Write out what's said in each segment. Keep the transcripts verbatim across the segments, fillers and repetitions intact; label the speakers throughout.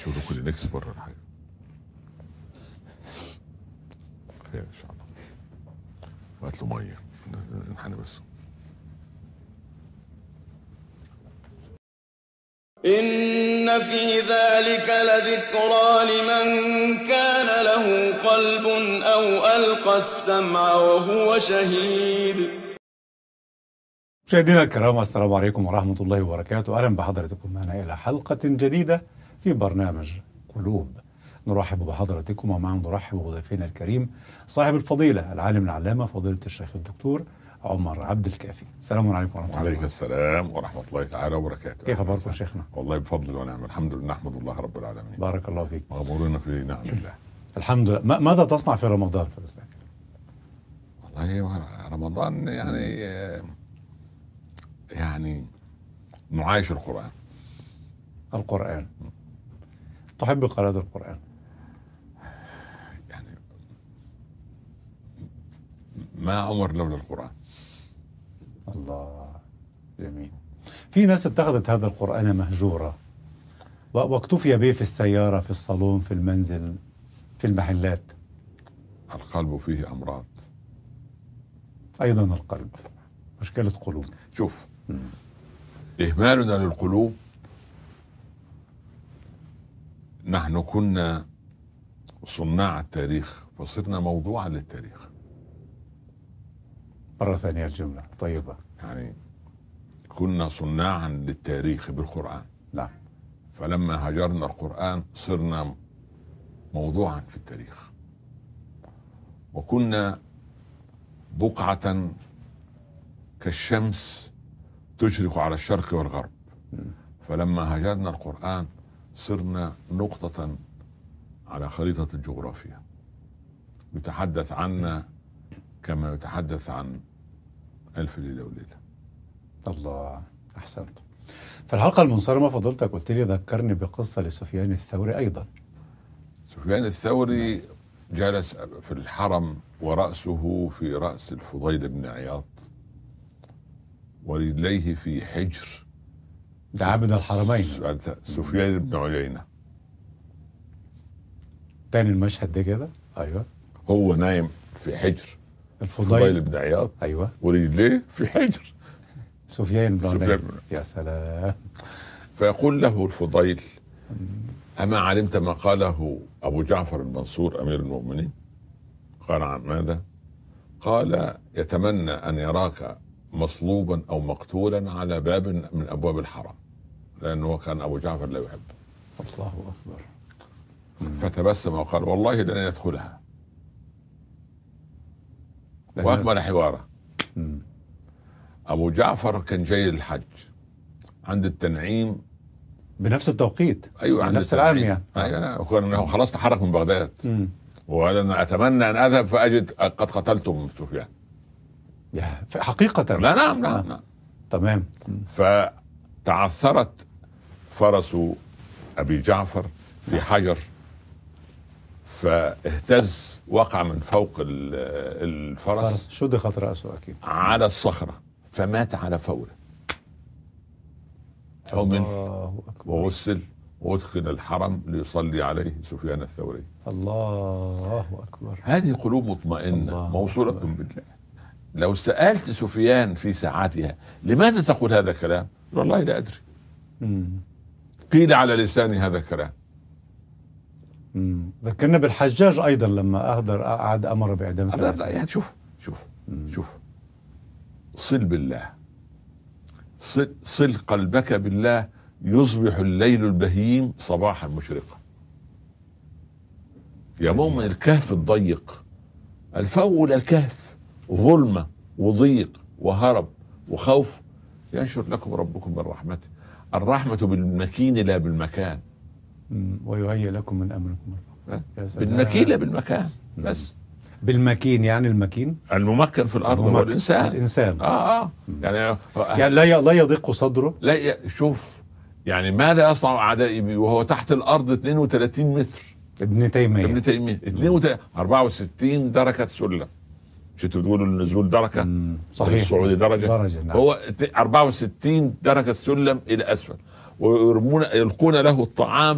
Speaker 1: شو له كل نكس برا الحاجة. خير ان شاء الله. وهات له ميه نحن بس.
Speaker 2: إن في ذلك لذكرى لمن كان له قلب أو ألقى السمع وهو شهيد.
Speaker 3: مشاهدينا الكرام، السلام عليكم ورحمة الله وبركاته. أهلا بحضرتكم معنا إلى حلقة جديدة في برنامج قلوب. نرحب بحضرتكم ومعنا نرحب بضيفنا الكريم صاحب الفضيلة العالم العلامة فضيلة الشيخ الدكتور عمر عبد الكافي. السلام عليكم ورحمة الله.
Speaker 1: وعليكم السلام ورحمة الله تعالى وبركاته.
Speaker 3: كيف أخباركم شيخنا؟
Speaker 1: والله بفضل ونعم، الحمد لله، نحمد الله رب العالمين.
Speaker 3: بارك الله فيك.
Speaker 1: مغمورين في نعم الله.
Speaker 3: الحمد لله. ماذا تصنع في رمضان فضيلتك؟
Speaker 1: والله رمضان يعني يعني نعايش القرآن.
Speaker 3: القرآن. تحب قراءة القرآن؟
Speaker 1: يعني ما عمر لولا القرآن.
Speaker 3: الله جميل. في ناس اتخذت هذا القرآن مهجورة واكتفي به في السيارة، في الصالون، في المنزل، في المحلات.
Speaker 1: القلب فيه أمراض.
Speaker 3: أيضا القلب مشكلة قلوب.
Speaker 1: شوف م. إهمالنا للقلوب، نحن كنا صناع التاريخ فصرنا موضوعا للتاريخ.
Speaker 3: مرة ثانية الجملة طيبة.
Speaker 1: يعني كنا صناعا للتاريخ بالقرآن.
Speaker 3: نعم.
Speaker 1: فلما هجرنا القرآن صرنا موضوعا في التاريخ، وكنا بقعة كالشمس تشرق على الشرق والغرب. فلما هجرنا القرآن صرنا نقطة على خريطة الجغرافيا، يتحدث عنا كما يتحدث عن ألف ليلة وليلة.
Speaker 3: الله، أحسنت. في الحلقة المنصرمة فضلتك قلت لي ذكرني بقصة لسفيان الثوري. أيضا
Speaker 1: سفيان الثوري جلس في الحرم ورأسه في رأس الفضيل بن عياض ورجليه في حجر
Speaker 3: ده عابد الحرمين
Speaker 1: سفيان بن عيينة.
Speaker 3: تاني المشهد ده كده. أيوة،
Speaker 1: هو نايم في حجر
Speaker 3: الفضيل
Speaker 1: بن عياض.
Speaker 3: أيوة،
Speaker 1: ورجليه في حجر
Speaker 3: سفيان بن عيينة. يا سلام.
Speaker 1: فيقول له الفضيل: أما علمت ما قاله أبو جعفر المنصور أمير المؤمنين؟ قال: عن ماذا؟ قال: يتمنى أن يراك مصلوبا أو مقتولا على باب من أبواب الحرم، لأنه كان أبو جعفر لا يحبه.
Speaker 3: الله أكبر.
Speaker 1: فتبسم وقال: والله لن يدخلها. وأكمل حواره. أبو جعفر كان جاي للحج عند التنعيم
Speaker 3: بنفس التوقيت.
Speaker 1: أيوة، عند
Speaker 3: نفس العام يعني.
Speaker 1: أيوة، وكان خلاص تحرك من بغداد. وقال: أنا أتمنى أن أذهب فأجد قد قتلتم سفيان.
Speaker 3: يا حقيقة.
Speaker 1: لا نعم نعم, آه. نعم.
Speaker 3: تمام.
Speaker 1: فتعثرت فرس أبي جعفر في حجر فاهتز، وقع من فوق الفرس،
Speaker 3: شدخت رأسه أكيد
Speaker 1: على الصخرة فمات على فوره.
Speaker 3: الله أكبر.
Speaker 1: وغسل وادخل الحرم ليصلي عليه سفيان الثوري.
Speaker 3: الله أكبر.
Speaker 1: هذه قلوب مطمئنة موصولة بالله. لو سألت سفيان في ساعاتها لماذا تقول هذا الكلام؟ والله لا أدري. مم. قيل على لساني هذا الكلام.
Speaker 3: ذكرنا بالحجاج أيضا لما أهدر أعد أمر بإعدام
Speaker 1: لا يعني شوف شوف مم. شوف صل بالله، صل, صل قلبك بالله، يصبح الليل البهيم صباحا مشرقا. يا مؤمن الكهف الضيق، الفول الكهف ظلمة وضيق وهرب وخوف، ينشر لكم ربكم من رحمته. الرحمة بالمكين لا بالمكان.
Speaker 3: ويهيئ لكم من أمركم
Speaker 1: بالمكين لا بالمكان. بس
Speaker 3: بالمكين يعني المكين
Speaker 1: الممكن في الأرض هو الإنسان.
Speaker 3: الإنسان
Speaker 1: آه آه يعني,
Speaker 3: يعني لا لا يضيق صدره.
Speaker 1: لا ي... شوف يعني ماذا يصنع أعدائي بي وهو تحت الأرض اثنين وثلاثين متر.
Speaker 3: ابن تيمية
Speaker 1: ابن تيمية اثنين وثلاثين أربعة وستين درجة سلم. شفتوا تقولوا النزول دركة
Speaker 3: صحيح،
Speaker 1: الصعود درجة,
Speaker 3: درجة نعم.
Speaker 1: هو أربعة وستين درجة سلم إلى أسفل، ويرمون يلقون له الطعام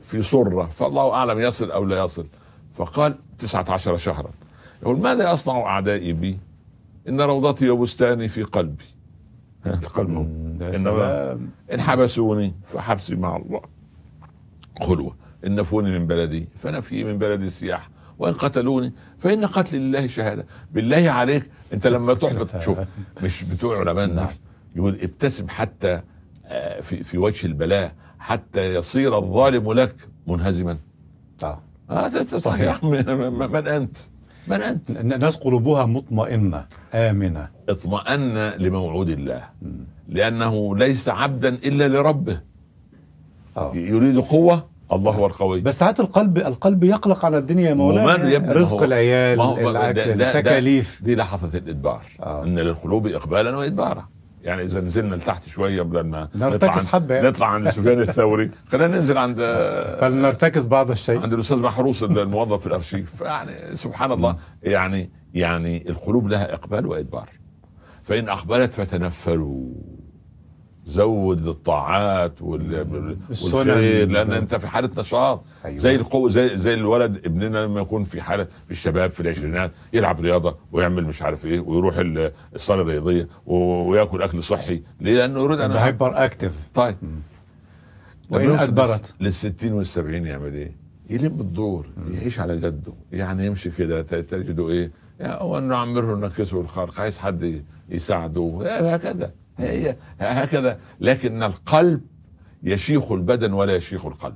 Speaker 1: في سرة، فالله أعلم يصل أو لا يصل. فقال تسعة عشر شهرا. يقول ماذا يصنع أعدائي بي؟ إن روضتي وبستاني في قلبي. القلب إنما إن حبسوني فحبسي مع الله خلوة، إن نفوني من بلدي فنفي من بلدي السياحة، وإن قتلوني فإن قتلي لله شهادة. بالله عليك أنت لما تحبط، شوف مش بتوع علماء النفس يقول ابتسم حتى في في وجه البلاء حتى يصير الظالم لك منهزما.
Speaker 3: اه
Speaker 1: هذا صحيح. من أنت؟ من أنت؟
Speaker 3: الناس قلوبها مطمئنة آمنة،
Speaker 1: اطمأن لموعود الله، لأنه ليس عبدا إلا لربه. أوه. يريد قوة، الله هو القوي.
Speaker 3: بس ساعات القلب القلب يقلق على الدنيا يا مولانا، رزق العيال، الاكل، التكاليف.
Speaker 1: دي لحظة الإدبار. أوه. إن للقلوب إقبالا وإدبارا. يعني إذا نزلنا لتحت شوية بدل ما
Speaker 3: نرتكز حبة يعني.
Speaker 1: نطلع عند سفيان الثوري، خلينا ننزل عند
Speaker 3: فلنرتكز بعض الشيء
Speaker 1: عند الأستاذ محروس الموظف في الأرشيف. يعني سبحان الله. م. يعني يعني القلوب لها إقبال وإدبار. فإن أقبلت فتنفروا، زود الطاعات والخير، لأن أنت في حالة نشاط. أيوة. زي القوة، زي زي الولد ابننا لما يكون في حالة في الشباب في العشرينات يلعب رياضة ويعمل مش عارف إيه ويروح الصالة الرياضية ويأكل أكل صحي، ليه؟ لأنه يريد أن
Speaker 3: هايبر أكتف.
Speaker 1: طيب
Speaker 3: وإن أدبرت
Speaker 1: للستين والسبعين يعمل إيه؟ يلم الدور، يعيش على جده، يعني يمشي كده تجده إيه؟ هو أنه عمره نكسه الخارق، عايز حد يساعده، هكذا هي هكذا. لكن القلب يشيخ البدن ولا يشيخ القلب.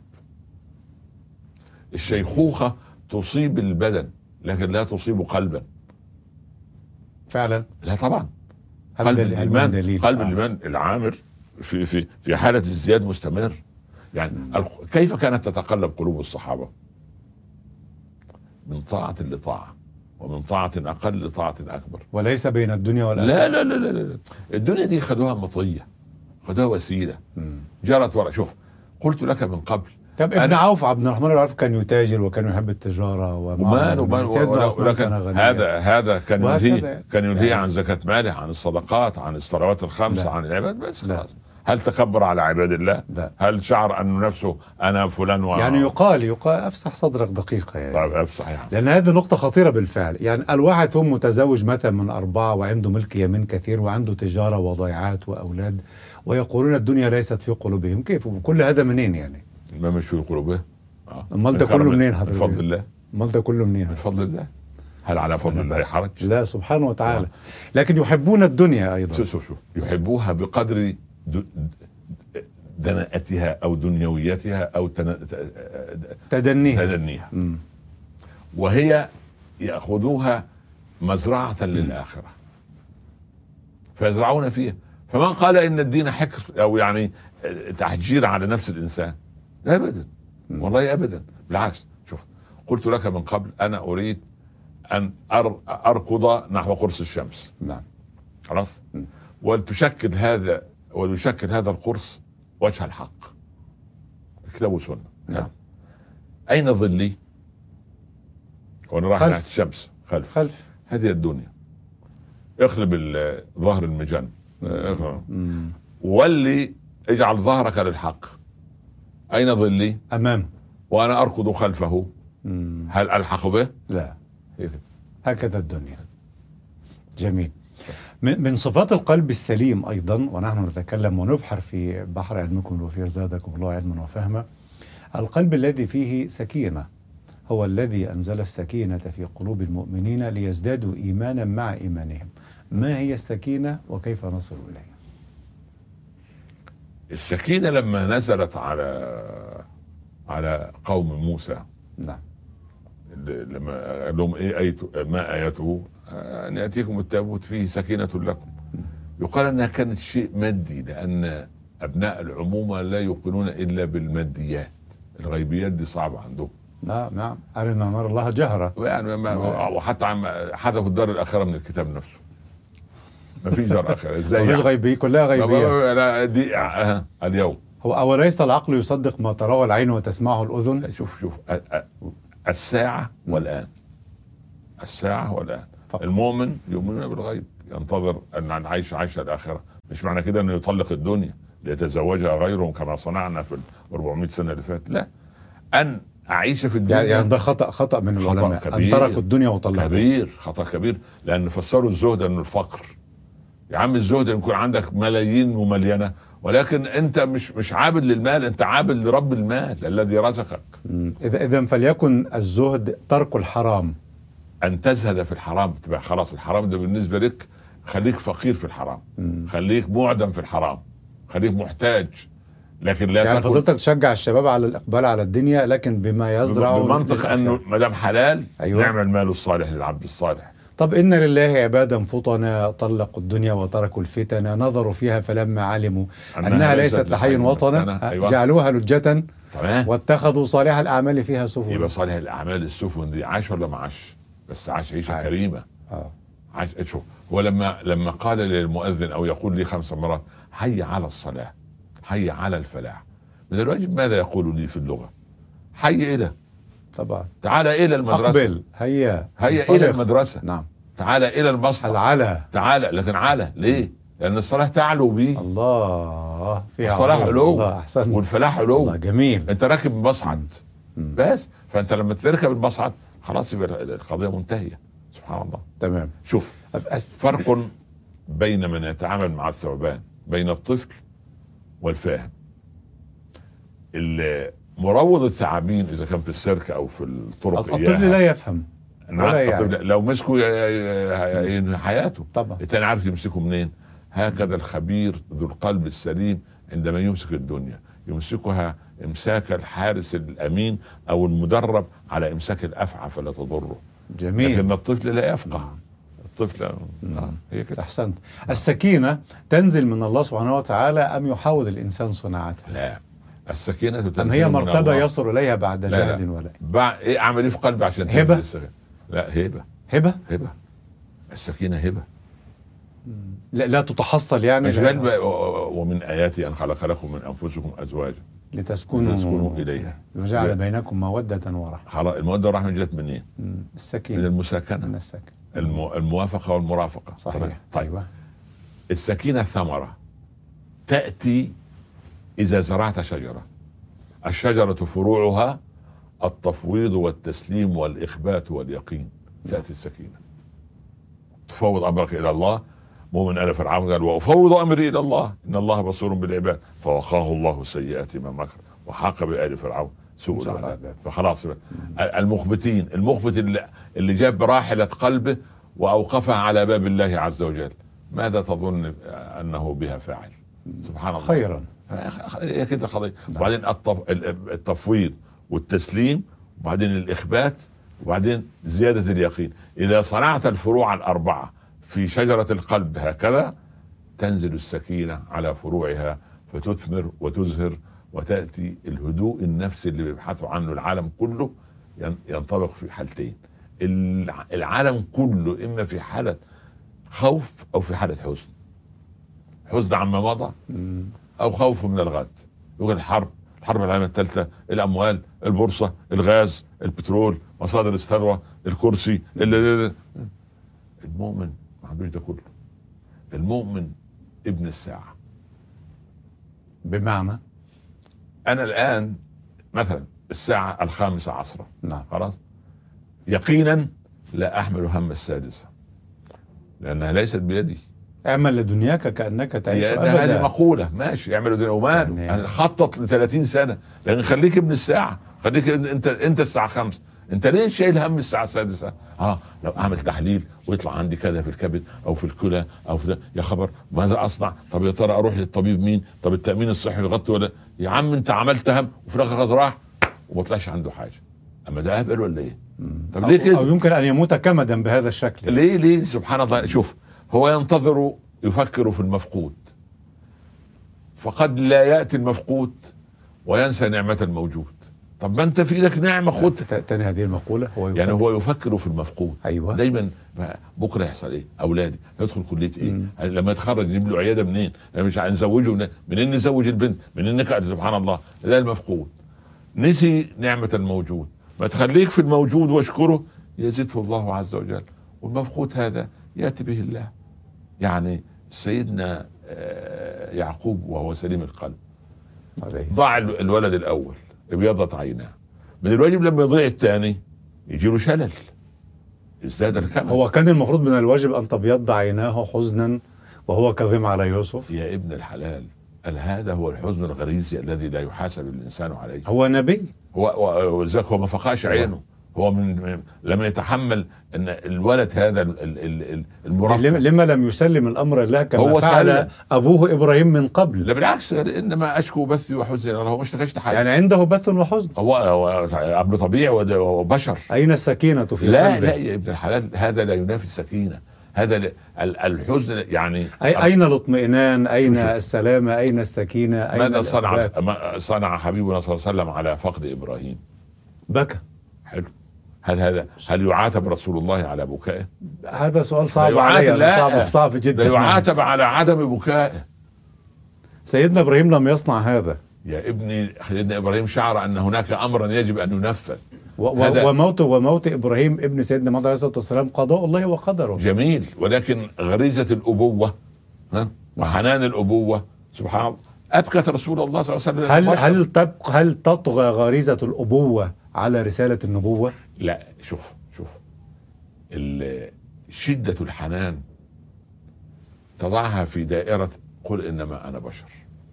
Speaker 1: الشيخوخة تصيب البدن لكن لا تصيب قلبا.
Speaker 3: فعلا
Speaker 1: لا طبعا. قلب الإيمان، قلب الإيمان العامر في في في حالة الزياد مستمر. يعني كيف كانت تتقلب قلوب الصحابة؟ من طاعة لطاعة، ومن طاعة أقل لطاعة أكبر،
Speaker 3: وليس بين الدنيا والآخرة.
Speaker 1: لا لا لا لا لا. الدنيا دي خدوها مطية، خدوها وسيلة مم. جرت وراء. شوف قلت لك من قبل.
Speaker 3: طب ابن عوف عبد الرحمن بن عوف كان يتاجر وكان يحب التجارة ومال
Speaker 1: ومال، ولكن هذا هذا كان يلهي كان يلهي يعني عن زكاة ماله، عن الصدقات، عن الصلوات الخمس، لا. عن العباد بس. لا. هل تكبر على عباد الله؟ لا. هل شعر أن نفسه أنا فلان و...
Speaker 3: يعني يقال يقال أفسح صدرك دقيقة يعني.
Speaker 1: طيب أفسح يعني.
Speaker 3: لأن هذه نقطة خطيرة بالفعل. يعني الواحد ثم متزوج مثلا من أربعة وعنده ملك يمين كثير وعنده تجارة وضيعات وأولاد، ويقولون الدنيا ليست في قلوبهم. كيف كل هذا منين يعني؟
Speaker 1: ما مش في قلوبهم.
Speaker 3: أمال ده كله منين حضرتك؟
Speaker 1: من فضل الله.
Speaker 3: أمال ده كله منين؟
Speaker 1: من فضل الله. هل على فضل الله حرج؟
Speaker 3: لا سبحانه وتعالى. لكن يحبون الدنيا أيضا.
Speaker 1: شوف شوف يحبوها بقدر دناءتها أو دنيويتها أو تن...
Speaker 3: تدنيها,
Speaker 1: تدنيها. م. وهي يأخذوها مزرعة للآخرة فيزرعون فيها. فمن قال إن الدين حكر أو يعني تحجير على نفس الإنسان، أبدا والله أبدا، بالعكس. شوف قلت لك من قبل أنا أريد أن أر... أركض نحو قرص الشمس.
Speaker 3: نعم
Speaker 1: خلاص. ولتشكل هذا ويشكل هذا القرص وجه الحق، كتاب وسنة.
Speaker 3: نعم.
Speaker 1: أين ظلي؟ وأنا رايح ناحية الشمس. خلف
Speaker 3: خلف
Speaker 1: هذه الدنيا. اقلب ظهر المجن، واللي اجعل ظهرك للحق. أين ظلي؟
Speaker 3: أمام،
Speaker 1: وأنا أركض خلفه. مم. هل ألحق به؟
Speaker 3: لا. هكذا الدنيا. جميل. من صفات القلب السليم أيضا، ونحن نتكلم ونبحر في بحر علمكم الوفير زادكم الله علما وفهما، القلب الذي فيه سكينة هو الذي أنزل السكينة في قلوب المؤمنين ليزدادوا إيمانا مع إيمانهم. ما هي السكينة وكيف نصل إليها؟
Speaker 1: السكينة لما نزلت على على قوم موسى.
Speaker 3: نعم.
Speaker 1: لما قال لهم ايه آيته ما آيته أن يأتيكم التابوت فيه سكينة لكم. يقال أنها كانت شيء مادي، لأن أبناء العمومة لا يوقنون إلا بالماديات، الغيبيات دي صعبة عندهم.
Speaker 3: نعم نعم. أرنا نرى الله جهرة
Speaker 1: يعني وحتى حذفوا الدار الآخرة من الكتاب نفسه. ما فيش دار آخرة. ازاي؟
Speaker 3: مفيش غيبية، كلها غيبية.
Speaker 1: لا دي اه اليوم.
Speaker 3: هو أوليس العقل يصدق ما تراه العين وتسمعه الأذن؟
Speaker 1: شوف شوف الساعة والآن، الساعة والآن. المؤمن يؤمن بالغيب، ينتظر أن نعيش عيش الآخرة. مش معنى كده أنه يطلق الدنيا ليتزوجها غيرهم كما صنعنا في أربعمائة سنة اللي فاتت، لا. ان اعيش في الدنيا.
Speaker 3: يعني ده خطأ خطأ من العلماء ان تركوا الدنيا وطلعوا.
Speaker 1: كبير، خطأ كبير، لان فسروا الزهد انه الفقر. يا عم الزهد ان يكون عندك ملايين ومليانه، ولكن انت مش مش عابد للمال، انت عابد لرب المال الذي رزقك.
Speaker 3: اذا اذا فليكن الزهد ترك الحرام،
Speaker 1: ان تزهد في الحرام، تبقى خلاص الحرام ده بالنسبه لك، خليك فقير في الحرام، مم. خليك معدم في الحرام، خليك محتاج، لكن لا
Speaker 3: يعني فضلتك تشجع الشباب على الاقبال على الدنيا، لكن بما يزرع
Speaker 1: بمنطق انه ما دام حلال.
Speaker 3: أيوة.
Speaker 1: نعم المال الصالح للعبد الصالح.
Speaker 3: طب إن لله عبادا فطنا طلقوا الدنيا وتركوا الفتن، نظروا فيها فلما علموا أنها, أنها ليست لحي وطنا. أيوة. جعلوها لجة واتخذوا صالح الأعمال فيها سفن.
Speaker 1: يبقى صالح الأعمال السفن دي عاش ولا ما عاش؟ بس عاش عيشة عاش. كريمة. آه. عاش. شوف هو لما لما قال للمؤذن أو يقول لي خمس مرات حي على الصلاة، حي على الفلاح، من الواجب ماذا يقول لي في اللغة؟ حي إلى،
Speaker 3: طبعا
Speaker 1: تعال إلى المدرسة،
Speaker 3: أقبل، هيا
Speaker 1: هيا إلى المدرسة،
Speaker 3: نعم،
Speaker 1: تعال إلى المصنع،
Speaker 3: العلا،
Speaker 1: تعال، لكن على ليه؟ لأن الصلاة تعلو بيه.
Speaker 3: الله فيها
Speaker 1: الصلاة علو
Speaker 3: أحسن،
Speaker 1: والفلاح علو.
Speaker 3: الله جميل.
Speaker 1: أنت راكب مصعد بس، فأنت لما تركب المصعد خلاص يبقى القضية منتهية. سبحان الله.
Speaker 3: تمام.
Speaker 1: شوف
Speaker 3: أس...
Speaker 1: فرق بين من يتعامل مع الثعبان، بين الطفل والفاهم. مروض الثعابين اذا كان في السيرك او في الطرق،
Speaker 3: الطفل لا يفهم
Speaker 1: ولا يعني. لو مسكوا حياته
Speaker 3: طبعا.
Speaker 1: التاني عارف يمسكه منين. هكذا الخبير ذو القلب السليم عندما يمسك الدنيا يمسكها امساك الحارس الامين او المدرب على امساك الافعى فلا تضره.
Speaker 3: جميل.
Speaker 1: لكن الطفل لا يفقه. الطفل آه. هي كده.
Speaker 3: احسنت. السكينه تنزل من الله سبحانه وتعالى ام يحاول الانسان صناعتها؟
Speaker 1: لا، السكينة تنزل
Speaker 3: أم هي مرتبة يصل إليها بعد جهد ولا
Speaker 1: بعد إيه؟ أعمل إيه في قلبي عشان
Speaker 3: هبة؟
Speaker 1: السكينة؟ لا، هبة
Speaker 3: هبة
Speaker 1: هبة السكينة هبة.
Speaker 3: لا, لا تتحصل يعني.
Speaker 1: لا. ومن آياتي أن خلق لكم من أنفسكم أزواجا
Speaker 3: لتسكنوا,
Speaker 1: لتسكنوا إليها
Speaker 3: وجعل بينكم مودة ورحمة.
Speaker 1: خلاص، المودة والرحمة جت منين؟
Speaker 3: السكينة،
Speaker 1: من المساكنة،
Speaker 3: من السكن،
Speaker 1: المو... الموافقة والمرافقة.
Speaker 3: صحيح.
Speaker 1: طيب.
Speaker 3: أيوة.
Speaker 1: السكينة ثمرة تأتي إذا زرعت شجرة. الشجرة فروعها التفويض والتسليم والإخبات واليقين. تأتي السكينة، تفوض أمرك إلى الله. مؤمن آل فرعون قال وأفوض أمري إلى الله إن الله بصير بالعباد فوقاه الله سيئات ما مكر وحاق بآل فرعون سوء العذاب. فخلاص المخبتين، المخبت اللي, اللي جاب راحلة قلبه وأوقفها على باب الله عز وجل، ماذا تظن أنه بها فاعل؟ سبحان الله.
Speaker 3: خيرا.
Speaker 1: هي كده قضية. وبعدين التفويض والتسليم، وبعدين الإخبات، وبعدين زيادة اليقين. إذا صنعت الفروع الأربعة في شجرة القلب هكذا تنزل السكينة على فروعها فتثمر وتزهر، وتأتي الهدوء النفسي اللي بيبحثوا عنه العالم كله. ينطبق في حالتين، العالم كله إما في حالة خوف أو في حالة حزن. حزن عما مضى أو خوف من الغد. يقول الحرب، الحرب العالمية الثالثة، الأموال، البورصة، الغاز، البترول، مصادر الثروة، الكرسي. المؤمن ما عندوش ده كله. المؤمن ابن الساعة.
Speaker 3: بمعنى
Speaker 1: أنا الآن مثلا الساعة الخامسة عصرا،
Speaker 3: نعم،
Speaker 1: خلاص، يقينا لا أحمل هم السادسة لأنها ليست بيدي.
Speaker 3: اعمل لدنياك كأنك تعيش أبدا.
Speaker 1: هذه مقولة ماشي، اعملوا دنيا ومال يعني خطط ل ثلاثين سنة، لكن خليك ابن الساعة، خليك انت انت الساعة خمسة. انت ليه شايل هم الساعة السادسة؟ اه لو اعمل تحليل ويطلع عندي كذا في الكبد او في الكلى او في ده، يا خبر ماذا اصنع؟ طب يا ترى اروح للطبيب مين؟ طب التأمين الصحي يغطي ولا؟ يا عم انت عملت هم وفي الاخر قد راح وما طلعش عنده حاجة. اما ده اهبل ولا ايه؟
Speaker 3: طب ليه كده؟ او يمكن ان يموت كمدا بهذا الشكل.
Speaker 1: ليه ليه سبحان الله. شوف هو ينتظر، يفكر في المفقود، فقد لا يأتي المفقود وينسى نعمة الموجود. طب ما انت في ايدك نعمة، خد.
Speaker 3: تاني هذه المقولة، هو
Speaker 1: يفكر. يعني هو يفكر في المفقود.
Speaker 3: ايوه
Speaker 1: دايما. بكره يحصل ايه؟ اولادي هيدخل كلية ايه؟ مم. لما يتخرج نجيب له عيادة منين؟ مش هنزوجه منين؟ منين نزوج البنت؟ منين نكأ؟ سبحان الله. ده المفقود، نسي نعمة الموجود. ما تخليك في الموجود واشكره يزيده الله عز وجل. والمفقود هذا يأتي به الله. يعني سيدنا يعقوب وهو سليم القلب ضاع الولد الأول، ابيضت عيناه، من الواجب لما يضيع الثاني يجي له شلل، ازداد الكمل.
Speaker 3: هو كان المفروض من الواجب أن تبيض عيناه حزنا وهو كظيم على يوسف.
Speaker 1: يا ابن الحلال، قال هذا هو الحزن الغريزي الذي لا يحاسب الإنسان عليه.
Speaker 3: هو نبي،
Speaker 1: هو ولذلك هو ما فقاش عينه، هو من لم يتحمل ان الولد هذا المرفه.
Speaker 3: لما لم يسلم الامر لله كما فعل
Speaker 1: سلم.
Speaker 3: ابوه ابراهيم من قبل؟
Speaker 1: لا بالعكس، انما اشكو بثي وحزني، هو ما اشتكاش حاجه،
Speaker 3: يعني عنده بث وحزن،
Speaker 1: هو هو امر طبيعي وبشر.
Speaker 3: اين السكينه في
Speaker 1: لا
Speaker 3: قلبه؟
Speaker 1: لا يا ابن الحلال، هذا لا ينافي السكينه، هذا الحزن يعني.
Speaker 3: أي اين الاطمئنان؟ اين شوف. السلامه؟ اين السكينه؟ أين
Speaker 1: ماذا صنع صنع حبيبنا صلى الله عليه وسلم على فقد ابراهيم؟
Speaker 3: بكى.
Speaker 1: حلو. هل هذا هل يعاتب رسول الله على بكائه؟
Speaker 3: هذا سؤال صعب علي، صعب صعب جدا.
Speaker 1: لا يعاتب على عدم بكائه.
Speaker 3: سيدنا ابراهيم لم يصنع هذا
Speaker 1: يا ابني. سيدنا ابراهيم شعر ان هناك امرا يجب ان ينفذ،
Speaker 3: و- وموت وموت ابراهيم ابن سيدنا محمد عليه الصلاه والسلام قضاء الله وقدره.
Speaker 1: جميل، ولكن غريزه الابوه ها وحنان الابوه سبحان الله ابكت رسول الله صلى الله عليه وسلم.
Speaker 3: هل هل تبق هل تطغى غريزه الابوه على رساله النبوه؟
Speaker 1: لا، شوف شوف شده الحنان تضعها في دائره قل انما انا بشر.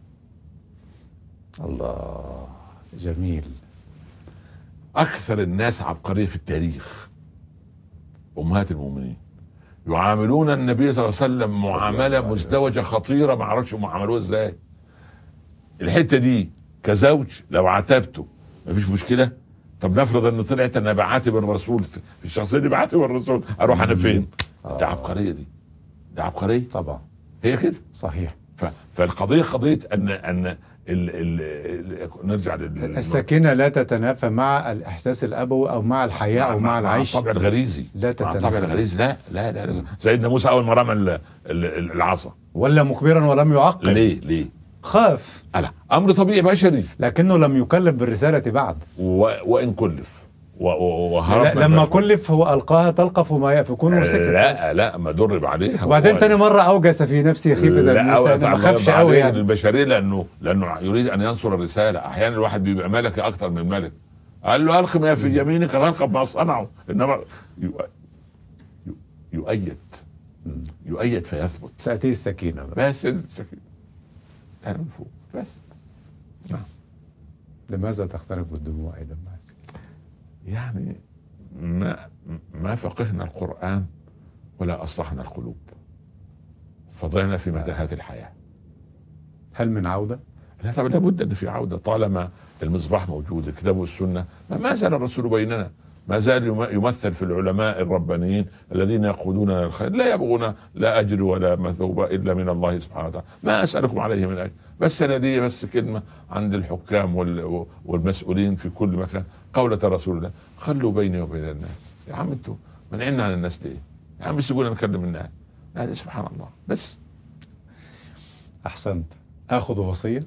Speaker 3: الله، جميل.
Speaker 1: اكثر الناس عبقريه في التاريخ امهات المؤمنين، يعاملون النبي صلى الله عليه وسلم معامله مزدوجه خطيره، ما اعرفش هم عملوها ازاي. الحته دي كزوج لو عاتبته مفيش مشكله. طب نفرض ان طلعت انا بعاتب الرسول في الشخصيه دي، بعاتب الرسول، اروح انا فين؟ آه. ده عبقريه، دي ده عبقريه
Speaker 3: طبعا،
Speaker 1: هي كده
Speaker 3: صحيح.
Speaker 1: فالقضيه قضيه ان ان ال ال ال نرجع لل
Speaker 3: السكينه لا تتنافى مع الاحساس الابوي او مع الحياه او مع العيش،
Speaker 1: مع الطبع الغريزي،
Speaker 3: لا تتنافى.
Speaker 1: الطبع الغريزي لا لا لا, لا. سيدنا موسى اول ما رمى العصا
Speaker 3: ولا مخبرا ولم يعقب.
Speaker 1: ليه ليه؟
Speaker 3: خاف.
Speaker 1: ألا امر طبيعي بشري،
Speaker 3: لكنه لم يكلف بالرساله بعد.
Speaker 1: و... وان كلف
Speaker 3: لا لما كلف هو القاها تلقف ما يافكون وسكت.
Speaker 1: لا لا ما درب عليها.
Speaker 3: وبعدين تاني مره اوجس في نفسي خيفه موسى، ما خافش قوي يعني
Speaker 1: البشريه، لانه لانه يريد ان ينصر الرساله. احيانا الواحد بيبقى ملكي اكتر من ملك، قال له الق ما في يمينك تلقف ما صنعوا، انما يؤيد يؤيد فيثبت.
Speaker 3: تاتي السكينه بقى.
Speaker 1: بس السكينه انا من فوق بس. نعم.
Speaker 3: لماذا تختلف الدموع ايضا مع السكينه؟
Speaker 1: يعني ما ما فقهنا القرآن ولا أصلحنا القلوب، فضلنا في متاهات الحياة.
Speaker 3: هل من عودة؟
Speaker 1: لا طبعا لابد أن في عودة، طالما المصباح موجود الكتاب والسنة. ما زال الرسول بيننا، ما زال يمثل في العلماء الربانيين الذين يقودون الخير، لا يبغون لا أجر ولا مثوبة إلا من الله سبحانه وتعالى. ما أسألكم عليه من أجر، بس أنا لي بس كلمة عند الحكام والمسؤولين في كل مكان، قولة رسول الله خلوا بيني وبين الناس. يا عم انتوا منعنا عن الناس ليه؟ يا عم سيبونا نكلم الناس. هذا سبحان الله. بس
Speaker 3: أحسنت. أخذ وصية،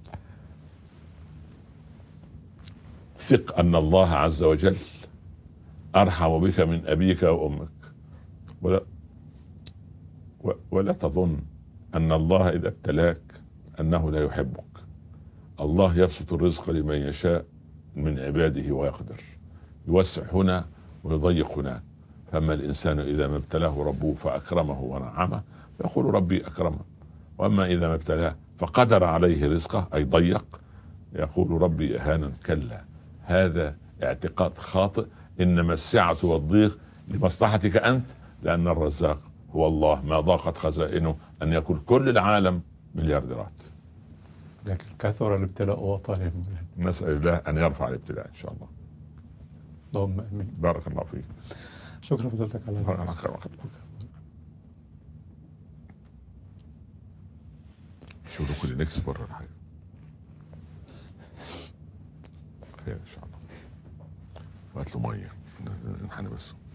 Speaker 1: ثق أن الله عز وجل أرحم بك من أبيك وأمك، ولا ولا تظن أن الله إذا ابتلاك أنه لا يحبك. الله يبسط الرزق لمن يشاء من عباده ويقدر، يوسع هنا ويضيق هناك. فأما الإنسان إذا ما ابتلاه ربه فأكرمه ونعمه يقول ربي أكرمه، وأما إذا ما ابتلاه فقدر عليه رزقه أي ضيق يقول ربي أهانا. كلا، هذا اعتقاد خاطئ. إنما السعة والضيق لمصلحتك أنت، لأن الرزاق هو الله، ما ضاقت خزائنه أن يكون كل العالم مليارديرات.
Speaker 3: لكن كثر الابتلاء وطال.
Speaker 1: نسأل الله أن يرفع الابتلاء إن شاء الله.
Speaker 3: اللهم آمين.
Speaker 1: بارك الله فيك.
Speaker 3: شكرا فضلتك على
Speaker 1: هذا. شو له كل نكس برا الحاجة. خير إن شاء الله. وهات له مية نحن بس.